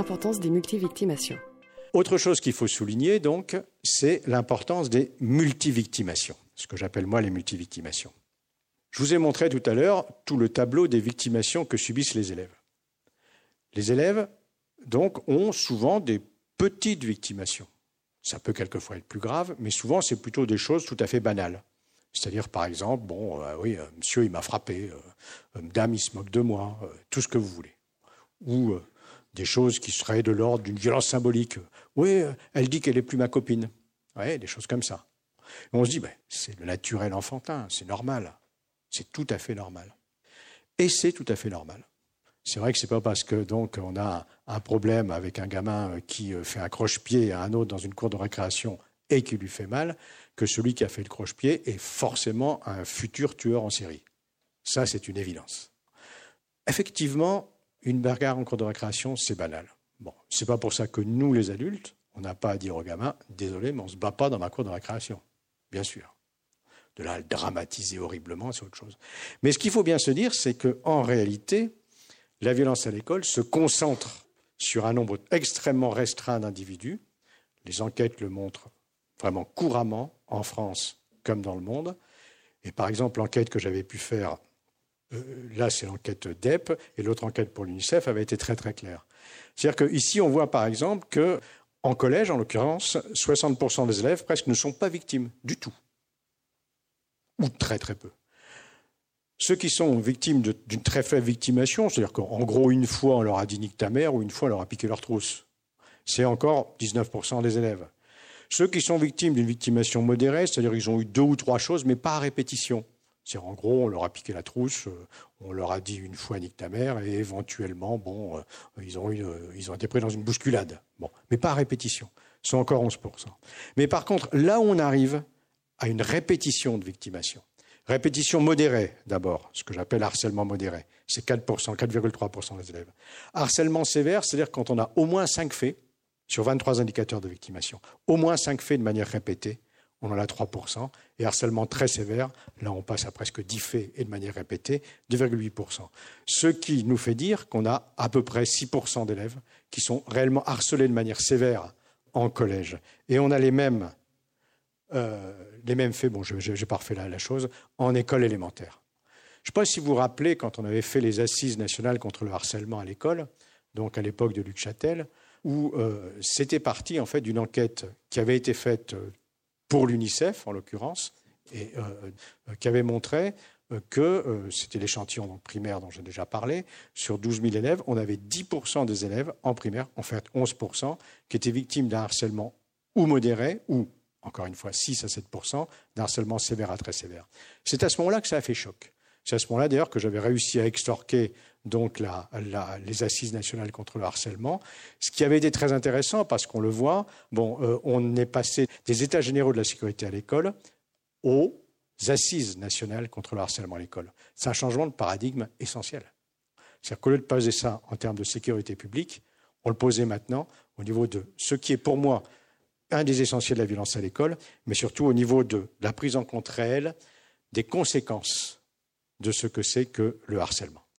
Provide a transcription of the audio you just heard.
importance des multivictimations. Autre chose qu'il faut souligner, donc, c'est l'importance des multivictimations, ce que j'appelle moi les multivictimations. Je vous ai montré tout à l'heure tout le tableau des victimations que subissent les élèves. Les élèves, donc, ont souvent des petites victimations. Ça peut quelquefois être plus grave, mais souvent, c'est plutôt des choses tout à fait banales. C'est-à-dire, par exemple, monsieur, il m'a frappé, dame, il se moque de moi, tout ce que vous voulez. Ou des choses qui seraient de l'ordre d'une violence symbolique. Oui, elle dit qu'elle n'est plus ma copine. Oui, des choses comme ça. Et on se dit, c'est le naturel enfantin, c'est normal. C'est tout à fait normal. Et c'est tout à fait normal. C'est vrai que ce n'est pas parce que donc on a un problème avec un gamin qui fait un croche-pied à un autre dans une cour de récréation et qui lui fait mal, que celui qui a fait le croche-pied est forcément un futur tueur en série. Ça, c'est une évidence. Effectivement, une bagarre en cours de récréation, c'est banal. Bon, c'est pas pour ça que nous, les adultes, on n'a pas à dire aux gamins, désolé, mais on ne se bat pas dans ma cour de récréation. Bien sûr. De là à le dramatiser horriblement, c'est autre chose. Mais ce qu'il faut bien se dire, c'est qu'en réalité, la violence à l'école se concentre sur un nombre extrêmement restreint d'individus. Les enquêtes le montrent vraiment couramment, en France comme dans le monde. Et par exemple, l'enquête que j'avais pu faire, là c'est l'enquête DEP, et l'autre enquête pour l'UNICEF avait été très très claire. C'est-à-dire qu'ici on voit par exemple qu'en collège, en l'occurrence, 60% des élèves presque ne sont pas victimes du tout. Ou très très peu. Ceux qui sont victimes d'une très faible victimation, c'est-à-dire qu'en gros une fois on leur a dit nique ta mère ou une fois on leur a piqué leur trousse, c'est encore 19% des élèves. Ceux qui sont victimes d'une victimation modérée, c'est-à-dire qu'ils ont eu 2 ou 3 choses, mais pas à répétition. C'est-à-dire, en gros, on leur a piqué la trousse, on leur a dit une fois nique ta mère, et éventuellement, ils ont été pris dans une bousculade. Bon, mais pas à répétition. C'est encore 11%. Mais par contre, là où on arrive à une répétition de victimation, répétition modérée d'abord, ce que j'appelle harcèlement modéré, c'est 4%, 4,3% des élèves. Harcèlement sévère, c'est-à-dire quand on a au moins 5 faits, sur 23 indicateurs de victimation, au moins 5 faits de manière répétée, on en a 3%. Et harcèlement très sévère, là on passe à presque 10 faits et de manière répétée, 2,8%. Ce qui nous fait dire qu'on a à peu près 6% d'élèves qui sont réellement harcelés de manière sévère en collège. Et on a les mêmes faits, je n'ai pas refait la chose, en école élémentaire. Je ne sais pas si vous vous rappelez, quand on avait fait les assises nationales contre le harcèlement à l'école, donc à l'époque de Luc Châtel, où c'était parti en fait d'une enquête qui avait été faite pour l'UNICEF en l'occurrence et qui avait montré que c'était l'échantillon primaire dont j'ai déjà parlé, sur 12 000 élèves, on avait 10% des élèves en primaire, en fait 11%, qui étaient victimes d'un harcèlement ou modéré ou, encore une fois, 6 à 7% d'un harcèlement sévère à très sévère. C'est à ce moment-là que ça a fait choc. C'est à ce moment-là, d'ailleurs, que j'avais réussi à extorquer donc les assises nationales contre le harcèlement, ce qui avait été très intéressant parce qu'on le voit, on est passé des états généraux de la sécurité à l'école aux assises nationales contre le harcèlement à l'école. C'est un changement de paradigme essentiel. C'est-à-dire qu'au lieu de poser ça en termes de sécurité publique, on le posait maintenant au niveau de ce qui est pour moi un des essentiels de la violence à l'école, mais surtout au niveau de la prise en compte réelle des conséquences de ce que c'est que le harcèlement.